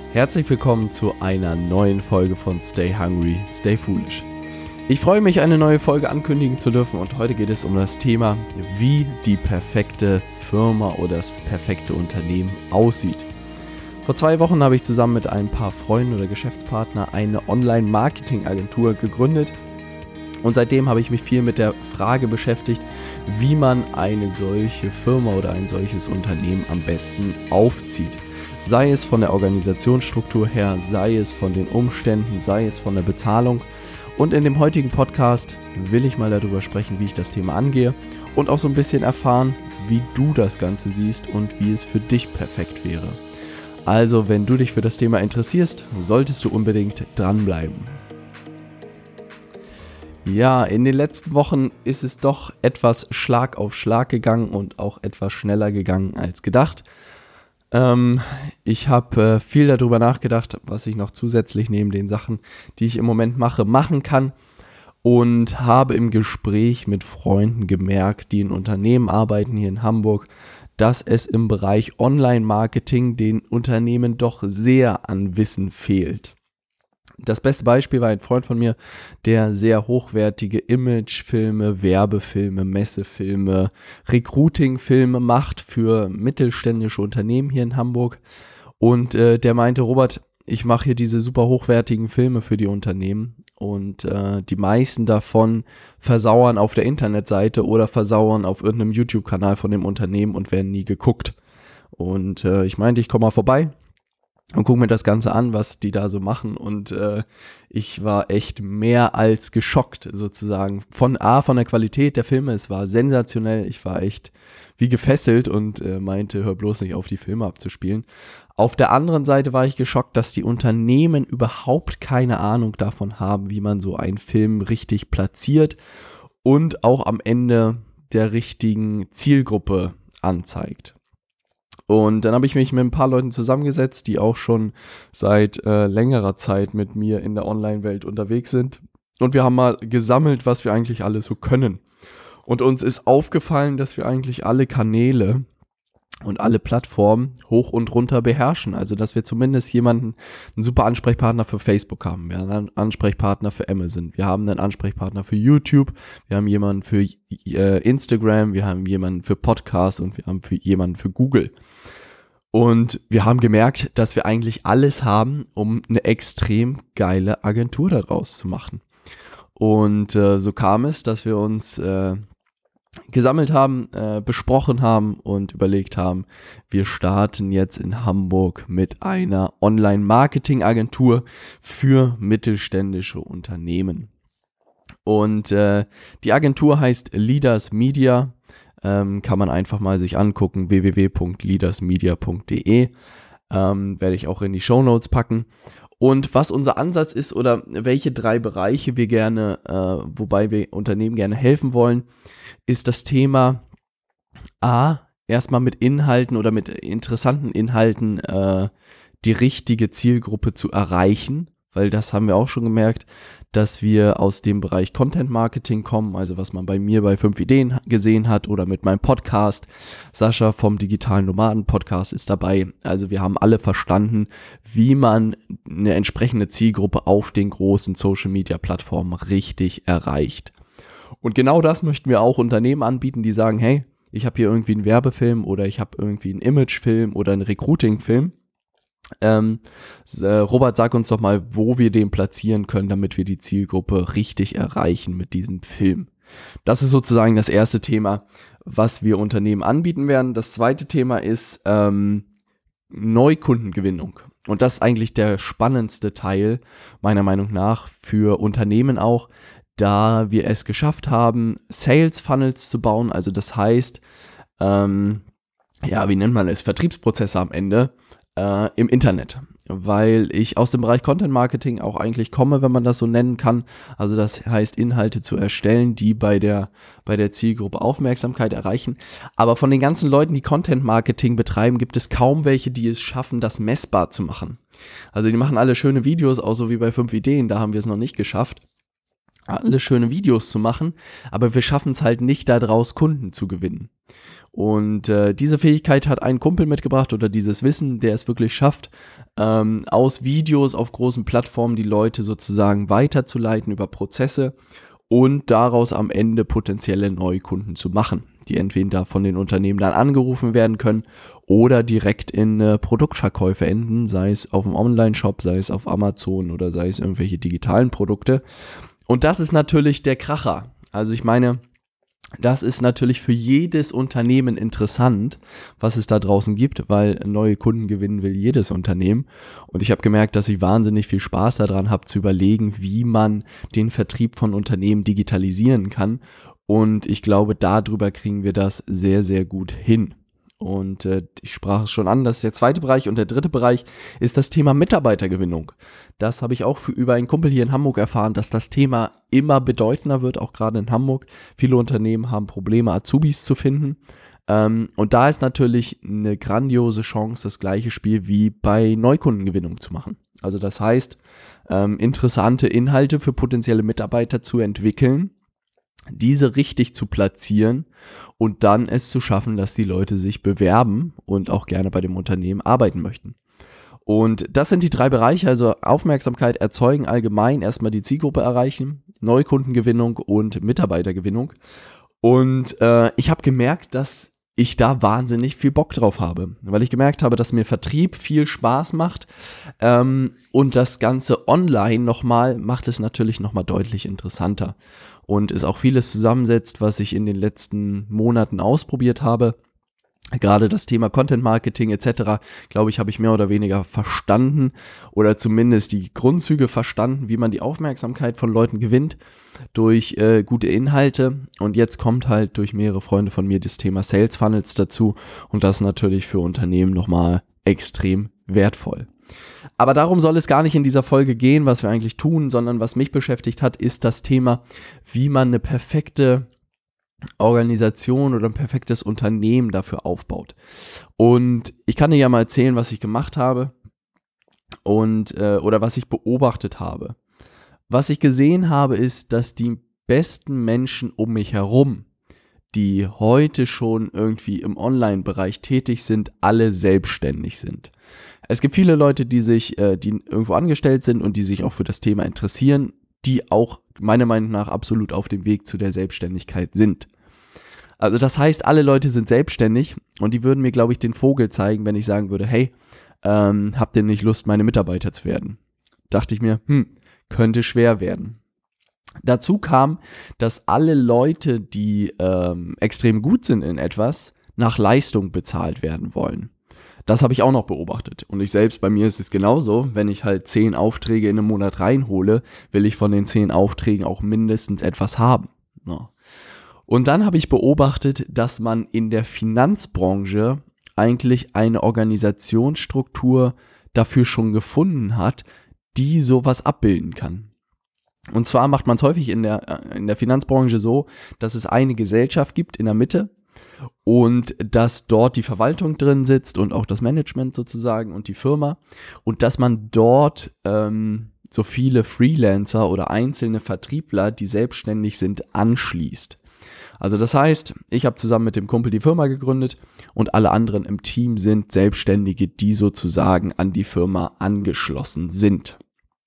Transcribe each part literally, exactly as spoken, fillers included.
Herzlich willkommen zu einer neuen Folge von Stay Hungry, Stay Foolish. Ich freue mich, eine neue Folge ankündigen zu dürfen und heute geht es um das Thema, wie die perfekte Firma oder das perfekte Unternehmen aussieht. Vor zwei Wochen habe ich zusammen mit ein paar Freunden oder Geschäftspartnern eine Online-Marketing-Agentur gegründet und seitdem habe ich mich viel mit der Frage beschäftigt, wie man eine solche Firma oder ein solches Unternehmen am besten aufzieht. Sei es von der Organisationsstruktur her, sei es von den Umständen, sei es von der Bezahlung. Und in dem heutigen Podcast will ich mal darüber sprechen, wie ich das Thema angehe und auch so ein bisschen erfahren, wie du das Ganze siehst und wie es für dich perfekt wäre. Also, wenn du dich für das Thema interessierst, solltest du unbedingt dranbleiben. Ja, in den letzten Wochen ist es doch etwas Schlag auf Schlag gegangen und auch etwas schneller gegangen als gedacht. Ähm, ich habe äh, viel darüber nachgedacht, was ich noch zusätzlich neben den Sachen, die ich im Moment mache, machen kann und habe im Gespräch mit Freunden gemerkt, die in Unternehmen arbeiten hier in Hamburg, dass es im Bereich Online-Marketing den Unternehmen doch sehr an Wissen fehlt. Das beste Beispiel war ein Freund von mir, der sehr hochwertige Imagefilme, Werbefilme, Messefilme, Recruiting-Filme macht für mittelständische Unternehmen hier in Hamburg. Und äh, der meinte, Robert, ich mache hier diese super hochwertigen Filme für die Unternehmen und äh, die meisten davon versauern auf der Internetseite oder versauern auf irgendeinem YouTube-Kanal von dem Unternehmen und werden nie geguckt. Und äh, ich meinte, ich komme mal vorbei und guck mir das Ganze an, was die da so machen und äh, ich war echt mehr als geschockt sozusagen von A, von der Qualität der Filme, es war sensationell, ich war echt wie gefesselt und äh, meinte, hör bloß nicht auf, die Filme abzuspielen. Auf der anderen Seite war ich geschockt, dass die Unternehmen überhaupt keine Ahnung davon haben, wie man so einen Film richtig platziert und auch am Ende der richtigen Zielgruppe anzeigt. Und dann habe ich mich mit ein paar Leuten zusammengesetzt, die auch schon seit äh, längerer Zeit mit mir in der Online-Welt unterwegs sind. Und wir haben mal gesammelt, was wir eigentlich alles so können. Und uns ist aufgefallen, dass wir eigentlich alle Kanäle und alle Plattformen hoch und runter beherrschen. Also, dass wir zumindest jemanden, einen super Ansprechpartner für Facebook haben. Wir haben einen Ansprechpartner für Amazon. Wir haben einen Ansprechpartner für YouTube. Wir haben jemanden für äh, Instagram. Wir haben jemanden für Podcasts und wir haben für jemanden für Google. Und wir haben gemerkt, dass wir eigentlich alles haben, um eine extrem geile Agentur daraus zu machen. Und äh, so kam es, dass wir uns äh, gesammelt haben, äh, besprochen haben und überlegt haben, wir starten jetzt in Hamburg mit einer Online-Marketing-Agentur für mittelständische Unternehmen. Und äh, die Agentur heißt Leaders Media, ähm, kann man einfach mal sich angucken, w w w punkt leaders media punkt d e, ähm, werde ich auch in die Shownotes packen. Und was unser Ansatz ist oder welche drei Bereiche wir gerne, äh, wobei wir Unternehmen gerne helfen wollen, ist das Thema A, erstmal mit Inhalten oder mit interessanten Inhalten äh, die richtige Zielgruppe zu erreichen, weil das haben wir auch schon gemerkt, dass wir aus dem Bereich Content Marketing kommen, also was man bei mir bei fünf Ideen gesehen hat oder mit meinem Podcast. Sascha vom Digitalen Nomaden Podcast ist dabei. Also wir haben alle verstanden, wie man eine entsprechende Zielgruppe auf den großen Social Media Plattformen richtig erreicht. Und genau das möchten wir auch Unternehmen anbieten, die sagen, hey, ich habe hier irgendwie einen Werbefilm oder ich habe irgendwie einen Imagefilm oder einen Recruiting-Film. Ähm, äh, Robert, sag uns doch mal, wo wir den platzieren können, damit wir die Zielgruppe richtig erreichen mit diesem Film. Das ist sozusagen das erste Thema, was wir Unternehmen anbieten werden. Das zweite Thema ist ähm, Neukundengewinnung. Und das ist eigentlich der spannendste Teil, meiner Meinung nach, für Unternehmen auch, da wir es geschafft haben, Sales Funnels zu bauen. Also das heißt, ähm, ja, wie nennt man es, Vertriebsprozesse am Ende äh, im Internet. Weil ich aus dem Bereich Content Marketing auch eigentlich komme, wenn man das so nennen kann. Also das heißt, Inhalte zu erstellen, die bei der, bei der Zielgruppe Aufmerksamkeit erreichen. Aber von den ganzen Leuten, die Content Marketing betreiben, gibt es kaum welche, die es schaffen, das messbar zu machen. Also die machen alle schöne Videos, auch so wie bei fünf Ideen, da haben wir es noch nicht geschafft. alle schöne Videos zu machen, aber wir schaffen es halt nicht, daraus Kunden zu gewinnen. Und äh, diese Fähigkeit hat ein Kumpel mitgebracht oder dieses Wissen, der es wirklich schafft, ähm, aus Videos auf großen Plattformen die Leute sozusagen weiterzuleiten über Prozesse und daraus am Ende potenzielle Neukunden zu machen, die entweder von den Unternehmen dann angerufen werden können oder direkt in äh, Produktverkäufe enden, sei es auf dem Online-Shop, sei es auf Amazon oder sei es irgendwelche digitalen Produkte. Und das ist natürlich der Kracher. Also ich meine, das ist natürlich für jedes Unternehmen interessant, was es da draußen gibt, weil neue Kunden gewinnen will jedes Unternehmen. Und ich habe gemerkt, dass ich wahnsinnig viel Spaß daran habe, zu überlegen, wie man den Vertrieb von Unternehmen digitalisieren kann. Und ich glaube, darüber kriegen wir das sehr, sehr gut hin. Und äh, ich sprach es schon an, das ist der zweite Bereich. Und der dritte Bereich ist das Thema Mitarbeitergewinnung. Das habe ich auch für, über einen Kumpel hier in Hamburg erfahren, dass das Thema immer bedeutender wird, auch gerade in Hamburg. Viele Unternehmen haben Probleme, Azubis zu finden. Ähm, und da ist natürlich eine grandiose Chance, das gleiche Spiel wie bei Neukundengewinnung zu machen. Also das heißt, ähm, interessante Inhalte für potenzielle Mitarbeiter zu entwickeln, diese richtig zu platzieren und dann es zu schaffen, dass die Leute sich bewerben und auch gerne bei dem Unternehmen arbeiten möchten. Und das sind die drei Bereiche, also Aufmerksamkeit erzeugen, allgemein erstmal die Zielgruppe erreichen, Neukundengewinnung und Mitarbeitergewinnung. Und äh, ich habe gemerkt, dass ich da wahnsinnig viel Bock drauf habe, weil ich gemerkt habe, dass mir Vertrieb viel Spaß macht ähm, und das Ganze online nochmal macht es natürlich nochmal deutlich interessanter und ist auch vieles zusammensetzt, was ich in den letzten Monaten ausprobiert habe. Gerade das Thema Content Marketing et cetera, glaube ich, habe ich mehr oder weniger verstanden oder zumindest die Grundzüge verstanden, wie man die Aufmerksamkeit von Leuten gewinnt durch äh, gute Inhalte. Und jetzt kommt halt durch mehrere Freunde von mir das Thema Sales Funnels dazu und das ist natürlich für Unternehmen nochmal extrem wertvoll. Aber darum soll es gar nicht in dieser Folge gehen, was wir eigentlich tun, sondern was mich beschäftigt hat, ist das Thema, wie man eine perfekte Organisation oder ein perfektes Unternehmen dafür aufbaut. Und ich kann dir ja mal erzählen, was ich gemacht habe und äh, oder was ich beobachtet habe. Was ich gesehen habe, ist, dass die besten Menschen um mich herum, die heute schon irgendwie im Online-Bereich tätig sind, alle selbstständig sind. Es gibt viele Leute, die sich, äh, die irgendwo angestellt sind und die sich auch für das Thema interessieren, die auch meiner Meinung nach absolut auf dem Weg zu der Selbstständigkeit sind. Also das heißt, alle Leute sind selbstständig und die würden mir, glaube ich, den Vogel zeigen, wenn ich sagen würde, hey, ähm, habt ihr nicht Lust, meine Mitarbeiter zu werden? Dachte ich mir, hm, könnte schwer werden. Dazu kam, dass alle Leute, die ähm, extrem gut sind in etwas, nach Leistung bezahlt werden wollen. Das habe ich auch noch beobachtet. Und ich selbst, bei mir ist es genauso, wenn ich halt zehn Aufträge in einem Monat reinhole, will ich von den zehn Aufträgen auch mindestens etwas haben. Ja. Und dann habe ich beobachtet, dass man in der Finanzbranche eigentlich eine Organisationsstruktur dafür schon gefunden hat, die sowas abbilden kann. Und zwar macht man es häufig in der, in der Finanzbranche so, dass es eine Gesellschaft gibt in der Mitte und dass dort die Verwaltung drin sitzt und auch das Management sozusagen und die Firma und dass man dort ähm, so viele Freelancer oder einzelne Vertriebler, die selbstständig sind, anschließt. Also das heißt, ich habe zusammen mit dem Kumpel die Firma gegründet und alle anderen im Team sind Selbstständige, die sozusagen an die Firma angeschlossen sind.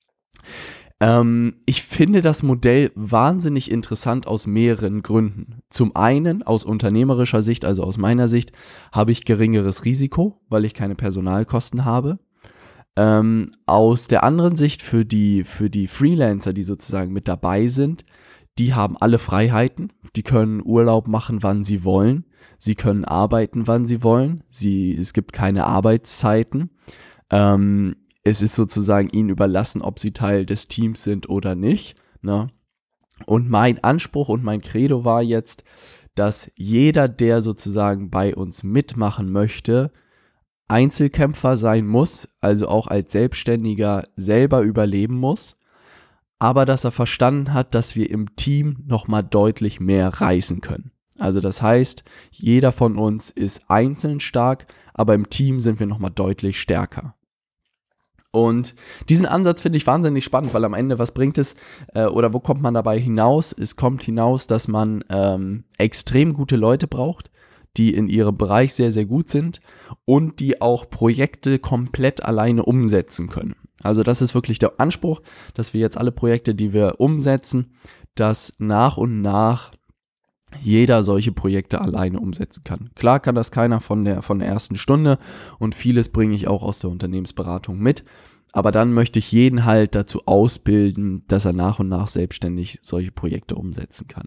Ähm, ich finde das Modell wahnsinnig interessant aus mehreren Gründen. Zum einen aus unternehmerischer Sicht, also aus meiner Sicht, habe ich geringeres Risiko, weil ich keine Personalkosten habe. Ähm, aus der anderen Sicht für die, für die Freelancer, die sozusagen mit dabei sind, die haben alle Freiheiten, die können Urlaub machen, wann sie wollen, sie können arbeiten, wann sie wollen, sie, es gibt keine Arbeitszeiten, ähm, es ist sozusagen ihnen überlassen, ob sie Teil des Teams sind oder nicht, ne? Und mein Anspruch und mein Credo war jetzt, dass jeder, der sozusagen bei uns mitmachen möchte, Einzelkämpfer sein muss, also auch als Selbstständiger selber überleben muss, aber dass er verstanden hat, dass wir im Team nochmal deutlich mehr reißen können. Also das heißt, jeder von uns ist einzeln stark, aber im Team sind wir nochmal deutlich stärker. Und diesen Ansatz finde ich wahnsinnig spannend, weil am Ende, was bringt es äh, oder wo kommt man dabei hinaus? Es kommt hinaus, dass man ähm, extrem gute Leute braucht, die in ihrem Bereich sehr, sehr gut sind und die auch Projekte komplett alleine umsetzen können. Also das ist wirklich der Anspruch, dass wir jetzt alle Projekte, die wir umsetzen, dass nach und nach jeder solche Projekte alleine umsetzen kann. Klar kann das keiner von der, von der ersten Stunde und vieles bringe ich auch aus der Unternehmensberatung mit, aber dann möchte ich jeden halt dazu ausbilden, dass er nach und nach selbstständig solche Projekte umsetzen kann.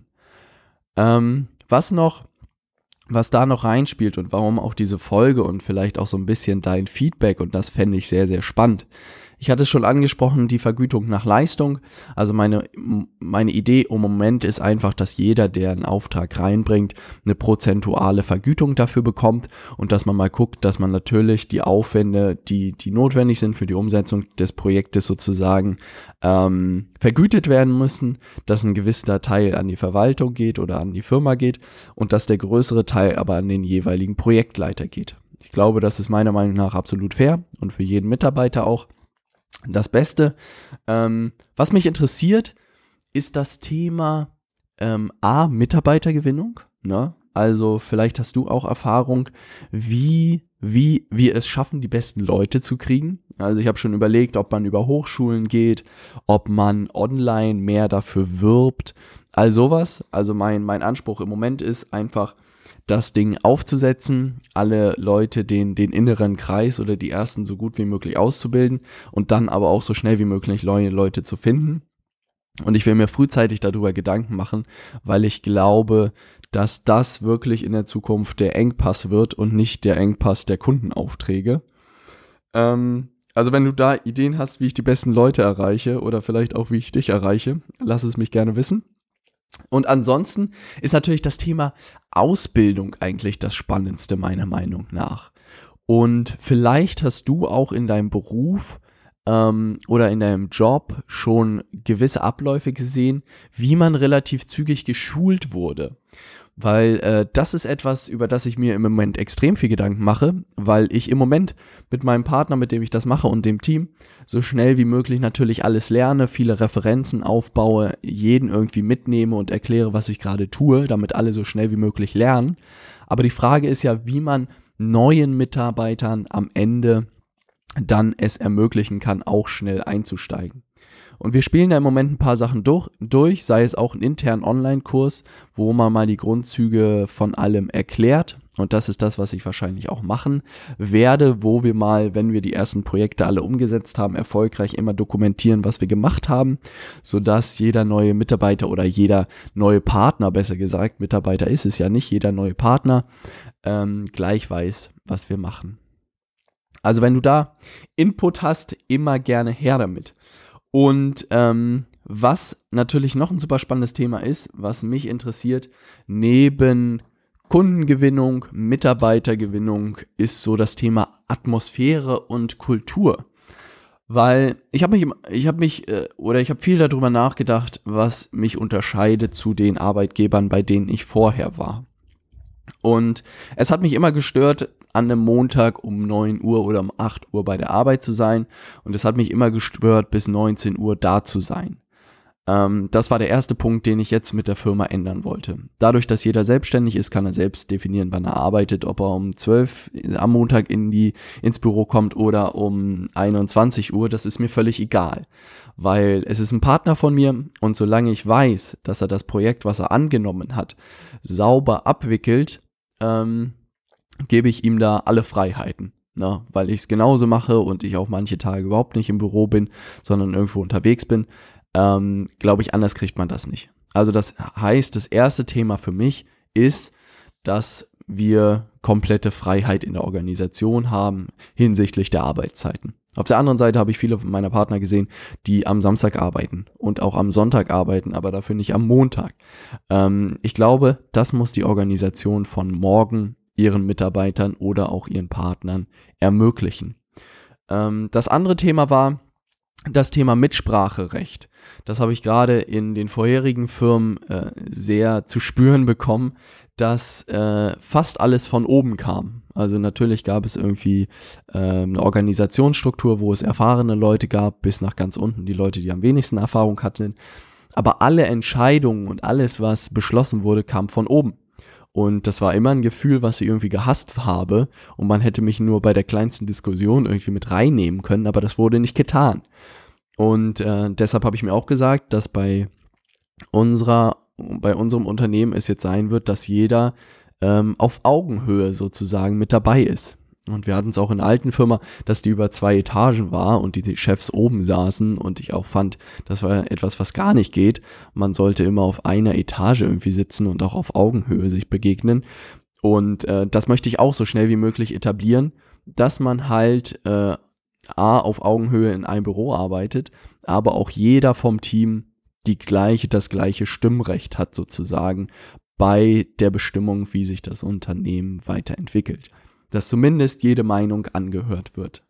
Ähm, was noch, was da noch reinspielt und warum auch diese Folge und vielleicht auch so ein bisschen dein Feedback, und das fände ich sehr, sehr spannend. Ich hatte es schon angesprochen, die Vergütung nach Leistung. Also meine, meine Idee im Moment ist einfach, dass jeder, der einen Auftrag reinbringt, eine prozentuale Vergütung dafür bekommt und dass man mal guckt, dass man natürlich die Aufwände, die, die notwendig sind für die Umsetzung des Projektes sozusagen, ähm, vergütet werden müssen, dass ein gewisser Teil an die Verwaltung geht oder an die Firma geht und dass der größere Teil aber an den jeweiligen Projektleiter geht. Ich glaube, das ist meiner Meinung nach absolut fair und für jeden Mitarbeiter auch das Beste. Ähm, was mich interessiert, ist das Thema ähm, A, Mitarbeitergewinnung. Ne? Also vielleicht hast du auch Erfahrung, wie, wie wir es schaffen, die besten Leute zu kriegen. Also ich habe schon überlegt, ob man über Hochschulen geht, ob man online mehr dafür wirbt, all sowas. Also mein, mein Anspruch im Moment ist einfach, das Ding aufzusetzen, alle Leute den, den inneren Kreis oder die ersten so gut wie möglich auszubilden und dann aber auch so schnell wie möglich neue Leute zu finden. Und ich will mir frühzeitig darüber Gedanken machen, weil ich glaube, dass das wirklich in der Zukunft der Engpass wird und nicht der Engpass der Kundenaufträge. Ähm, also wenn du da Ideen hast, wie ich die besten Leute erreiche oder vielleicht auch wie ich dich erreiche, lass es mich gerne wissen. Und ansonsten ist natürlich das Thema Ausbildung eigentlich das Spannendste meiner Meinung nach. Und vielleicht hast du auch in deinem Beruf ähm, oder in deinem Job schon gewisse Abläufe gesehen, wie man relativ zügig geschult wurde. Weil äh, das ist etwas, über das ich mir im Moment extrem viel Gedanken mache, weil ich im Moment mit meinem Partner, mit dem ich das mache und dem Team, so schnell wie möglich natürlich alles lerne, viele Referenzen aufbaue, jeden irgendwie mitnehme und erkläre, was ich gerade tue, damit alle so schnell wie möglich lernen. Aber die Frage ist ja, wie man neuen Mitarbeitern am Ende dann es ermöglichen kann, auch schnell einzusteigen. Und wir spielen da im Moment ein paar Sachen durch, durch, sei es auch einen internen Online-Kurs, wo man mal die Grundzüge von allem erklärt. Und das ist das, was ich wahrscheinlich auch machen werde, wo wir mal, wenn wir die ersten Projekte alle umgesetzt haben, erfolgreich immer dokumentieren, was wir gemacht haben, sodass jeder neue Mitarbeiter oder jeder neue Partner, besser gesagt, Mitarbeiter ist es ja nicht, jeder neue Partner ähm, gleich weiß, was wir machen. Also wenn du da Input hast, immer gerne her damit. Und ähm, was natürlich noch ein super spannendes Thema ist, was mich interessiert, neben Kundengewinnung, Mitarbeitergewinnung, ist so das Thema Atmosphäre und Kultur. Weil ich habe mich, ich habe mich äh, oder ich habe viel darüber nachgedacht, was mich unterscheidet zu den Arbeitgebern, bei denen ich vorher war. Und es hat mich immer gestört, an einem Montag um neun Uhr oder um acht Uhr bei der Arbeit zu sein. Und es hat mich immer gestört, bis neunzehn Uhr da zu sein. Ähm, das war der erste Punkt, den ich jetzt mit der Firma ändern wollte. Dadurch, dass jeder selbstständig ist, kann er selbst definieren, wann er arbeitet, ob er um zwölf am Montag in die, ins Büro kommt oder um einundzwanzig Uhr. Das ist mir völlig egal, weil es ist ein Partner von mir und solange ich weiß, dass er das Projekt, was er angenommen hat, sauber abwickelt, ähm, gebe ich ihm da alle Freiheiten, ne? Weil ich es genauso mache und ich auch manche Tage überhaupt nicht im Büro bin, sondern irgendwo unterwegs bin, ähm, glaube ich, anders kriegt man das nicht. Also das heißt, das erste Thema für mich ist, dass wir komplette Freiheit in der Organisation haben hinsichtlich der Arbeitszeiten. Auf der anderen Seite habe ich viele meiner Partner gesehen, die am Samstag arbeiten und auch am Sonntag arbeiten, aber dafür nicht am Montag. Ähm, ich glaube, das muss die Organisation von morgen ihren Mitarbeitern oder auch ihren Partnern ermöglichen. Ähm, das andere Thema war das Thema Mitspracherecht. Das habe ich gerade in den vorherigen Firmen äh, sehr zu spüren bekommen, dass äh, fast alles von oben kam. Also natürlich gab es irgendwie äh, eine Organisationsstruktur, wo es erfahrene Leute gab, bis nach ganz unten die Leute, die am wenigsten Erfahrung hatten. Aber alle Entscheidungen und alles, was beschlossen wurde, kam von oben. Und das war immer ein Gefühl, was ich irgendwie gehasst habe. Und man hätte mich nur bei der kleinsten Diskussion irgendwie mit reinnehmen können, aber das wurde nicht getan. Und äh, deshalb habe ich mir auch gesagt, dass bei unserer, bei unserem Unternehmen es jetzt sein wird, dass jeder ähm, auf Augenhöhe sozusagen mit dabei ist. Und wir hatten es auch in der alten Firma, dass die über zwei Etagen war und die, die Chefs oben saßen und ich auch fand, das war etwas, was gar nicht geht. Man sollte immer auf einer Etage irgendwie sitzen und auch auf Augenhöhe sich begegnen. Und äh, das möchte ich auch so schnell wie möglich etablieren, dass man halt äh, A, auf Augenhöhe in einem Büro arbeitet, aber auch jeder vom Team die gleiche, das gleiche Stimmrecht hat sozusagen bei der Bestimmung, wie sich das Unternehmen weiterentwickelt. Dass zumindest jede Meinung angehört wird.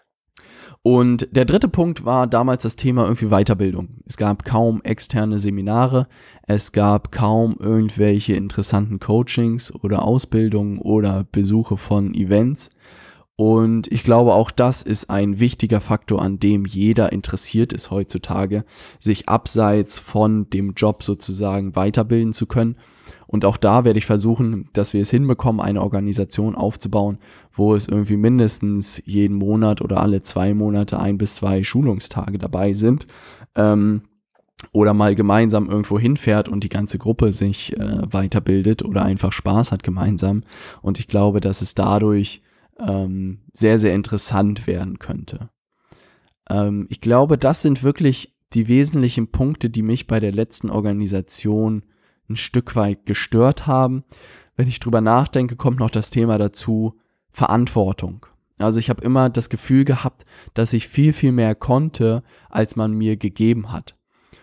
Und der dritte Punkt war damals das Thema irgendwie Weiterbildung. Es gab kaum externe Seminare, es gab kaum irgendwelche interessanten Coachings oder Ausbildungen oder Besuche von Events. Und ich glaube, auch das ist ein wichtiger Faktor, an dem jeder interessiert ist heutzutage, sich abseits von dem Job sozusagen weiterbilden zu können. Und auch da werde ich versuchen, dass wir es hinbekommen, eine Organisation aufzubauen, wo es irgendwie mindestens jeden Monat oder alle zwei Monate ein bis zwei Schulungstage dabei sind. Ähm, oder mal gemeinsam irgendwo hinfährt und die ganze Gruppe sich äh, weiterbildet oder einfach Spaß hat gemeinsam. Und ich glaube, dass es dadurch ähm, sehr, sehr interessant werden könnte. Ähm, ich glaube, das sind wirklich die wesentlichen Punkte, die mich bei der letzten Organisation ein Stück weit gestört haben. Wenn ich drüber nachdenke, kommt noch das Thema dazu, Verantwortung. Also ich habe immer das Gefühl gehabt, dass ich viel, viel mehr konnte, als man mir gegeben hat.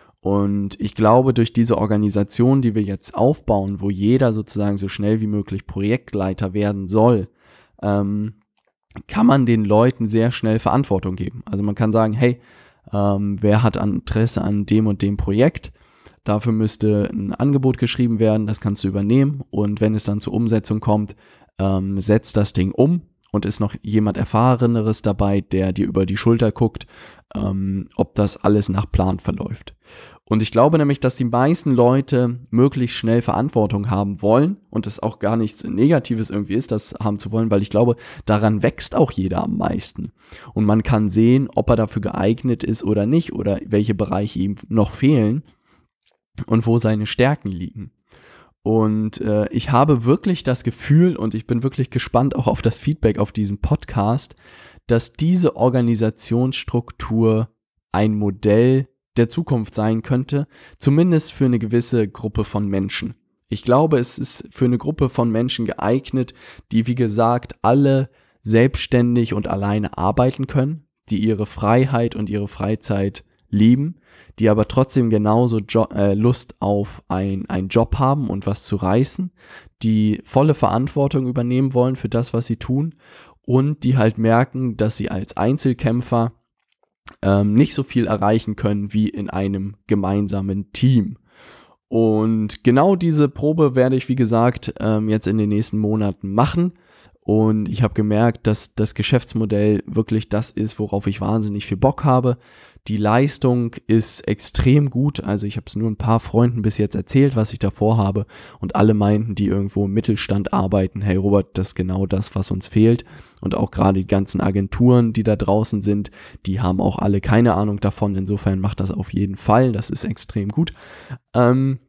Und ich glaube, durch diese Organisation, die wir jetzt aufbauen, wo jeder sozusagen so schnell wie möglich Projektleiter werden soll, ähm, kann man den Leuten sehr schnell Verantwortung geben. Also man kann sagen, hey, ähm, wer hat Interesse an dem und dem Projekt? Dafür müsste ein Angebot geschrieben werden, das kannst du übernehmen und wenn es dann zur Umsetzung kommt, ähm, setzt das Ding um und ist noch jemand Erfahreneres dabei, der dir über die Schulter guckt, ähm, ob das alles nach Plan verläuft. Und ich glaube nämlich, dass die meisten Leute möglichst schnell Verantwortung haben wollen und es auch gar nichts Negatives irgendwie ist, das haben zu wollen, weil ich glaube, daran wächst auch jeder am meisten. Und man kann sehen, ob er dafür geeignet ist oder nicht oder welche Bereiche ihm noch fehlen und wo seine Stärken liegen. Und äh, ich habe wirklich das Gefühl und ich bin wirklich gespannt auch auf das Feedback auf diesen Podcast, dass diese Organisationsstruktur ein Modell der Zukunft sein könnte, zumindest für eine gewisse Gruppe von Menschen. Ich glaube, es ist für eine Gruppe von Menschen geeignet, die, wie gesagt, alle selbstständig und alleine arbeiten können, die ihre Freiheit und ihre Freizeit lieben, die aber trotzdem genauso jo- äh, Lust auf ein, einen Job haben und was zu reißen, die volle Verantwortung übernehmen wollen für das, was sie tun und die halt merken, dass sie als Einzelkämpfer ähm, nicht so viel erreichen können wie in einem gemeinsamen Team. Und genau diese Probe werde ich, wie gesagt, ähm, jetzt in den nächsten Monaten machen. Und ich habe gemerkt, dass das Geschäftsmodell wirklich das ist, worauf ich wahnsinnig viel Bock habe. Die Leistung ist extrem gut. Also ich habe es nur ein paar Freunden bis jetzt erzählt, was ich da vorhabe. Und alle meinten, die irgendwo im Mittelstand arbeiten, hey Robert, das ist genau das, was uns fehlt. Und auch gerade die ganzen Agenturen, die da draußen sind, die haben auch alle keine Ahnung davon. Insofern macht das auf jeden Fall. Das ist extrem gut. Ähm,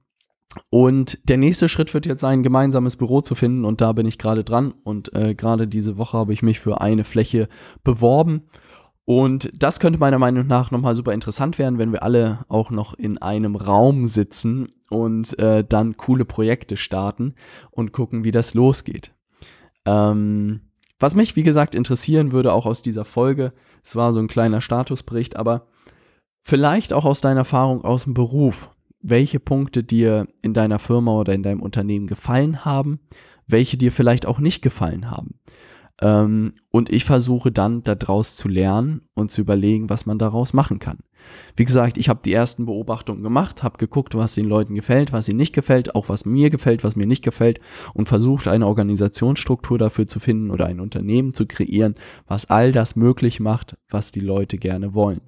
Und der nächste Schritt wird jetzt sein, ein gemeinsames Büro zu finden und da bin ich gerade dran und äh, gerade diese Woche habe ich mich für eine Fläche beworben und das könnte meiner Meinung nach nochmal super interessant werden, wenn wir alle auch noch in einem Raum sitzen und äh, dann coole Projekte starten und gucken, wie das losgeht. Ähm, was mich, wie gesagt, interessieren würde, auch aus dieser Folge, es war so ein kleiner Statusbericht, aber vielleicht auch aus deiner Erfahrung aus dem Beruf. Welche Punkte dir in deiner Firma oder in deinem Unternehmen gefallen haben, welche dir vielleicht auch nicht gefallen haben. Ähm, und ich versuche dann daraus zu lernen und zu überlegen, was man daraus machen kann. Wie gesagt, ich habe die ersten Beobachtungen gemacht, habe geguckt, was den Leuten gefällt, was ihnen nicht gefällt, auch was mir gefällt, was mir nicht gefällt und versucht, eine Organisationsstruktur dafür zu finden oder ein Unternehmen zu kreieren, was all das möglich macht, was die Leute gerne wollen.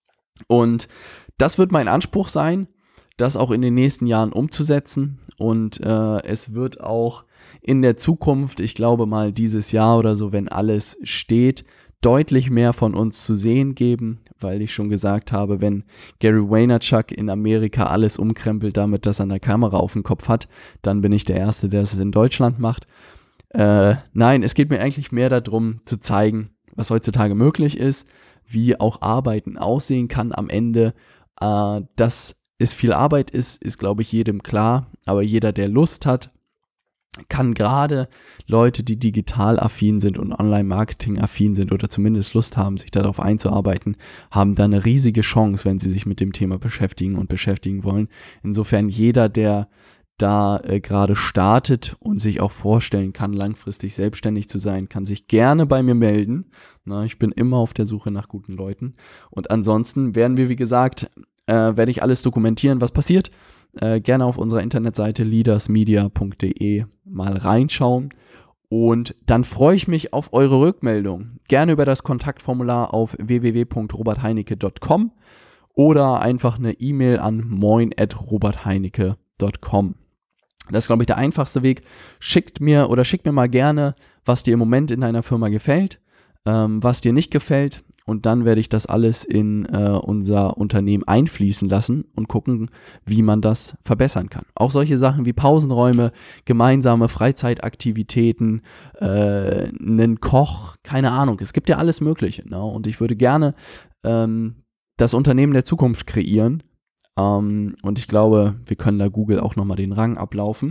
Und das wird mein Anspruch sein, das auch in den nächsten Jahren umzusetzen, und äh, es wird auch in der Zukunft, ich glaube mal dieses Jahr oder so, wenn alles steht, deutlich mehr von uns zu sehen geben, weil ich schon gesagt habe, wenn Gary Vaynerchuk in Amerika alles umkrempelt damit, dass er eine Kamera auf dem Kopf hat, dann bin ich der Erste, der es in Deutschland macht. Äh, nein, es geht mir eigentlich mehr darum, zu zeigen, was heutzutage möglich ist, wie auch Arbeiten aussehen kann am Ende. Äh, dass es viel Arbeit ist, ist, glaube ich, jedem klar, aber jeder, der Lust hat, kann gerade Leute, die digital affin sind und Online-Marketing affin sind oder zumindest Lust haben, sich darauf einzuarbeiten, haben da eine riesige Chance, wenn sie sich mit dem Thema beschäftigen und beschäftigen wollen. Insofern jeder, der da äh, gerade startet und sich auch vorstellen kann, langfristig selbstständig zu sein, kann sich gerne bei mir melden. Na, ich bin immer auf der Suche nach guten Leuten. Und ansonsten werden wir, wie gesagt, äh, werde ich alles dokumentieren, was passiert. Äh, gerne auf unserer Internetseite leadersmedia punkt de mal reinschauen, und dann freue ich mich auf eure Rückmeldung. Gerne über das Kontaktformular auf w w w punkt robert heinecke punkt com oder einfach eine E-Mail an moin at robert heinecke punkt com. Das ist, glaube ich, der einfachste Weg. Schickt mir oder schickt mir mal gerne, was dir im Moment in deiner Firma gefällt, ähm, was dir nicht gefällt. Und dann werde ich das alles in äh, unser Unternehmen einfließen lassen und gucken, wie man das verbessern kann. Auch solche Sachen wie Pausenräume, gemeinsame Freizeitaktivitäten, äh, einen Koch, keine Ahnung. Es gibt ja alles Mögliche. Ne? Und ich würde gerne ähm, das Unternehmen der Zukunft kreieren. Um, und ich glaube, wir können da Google auch nochmal den Rang ablaufen,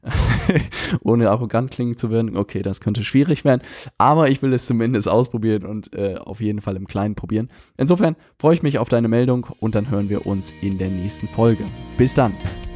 ohne arrogant klingen zu werden. Okay, das könnte schwierig werden, aber ich will es zumindest ausprobieren und äh, auf jeden Fall im Kleinen probieren. Insofern freue ich mich auf deine Meldung und dann hören wir uns in der nächsten Folge. Bis dann!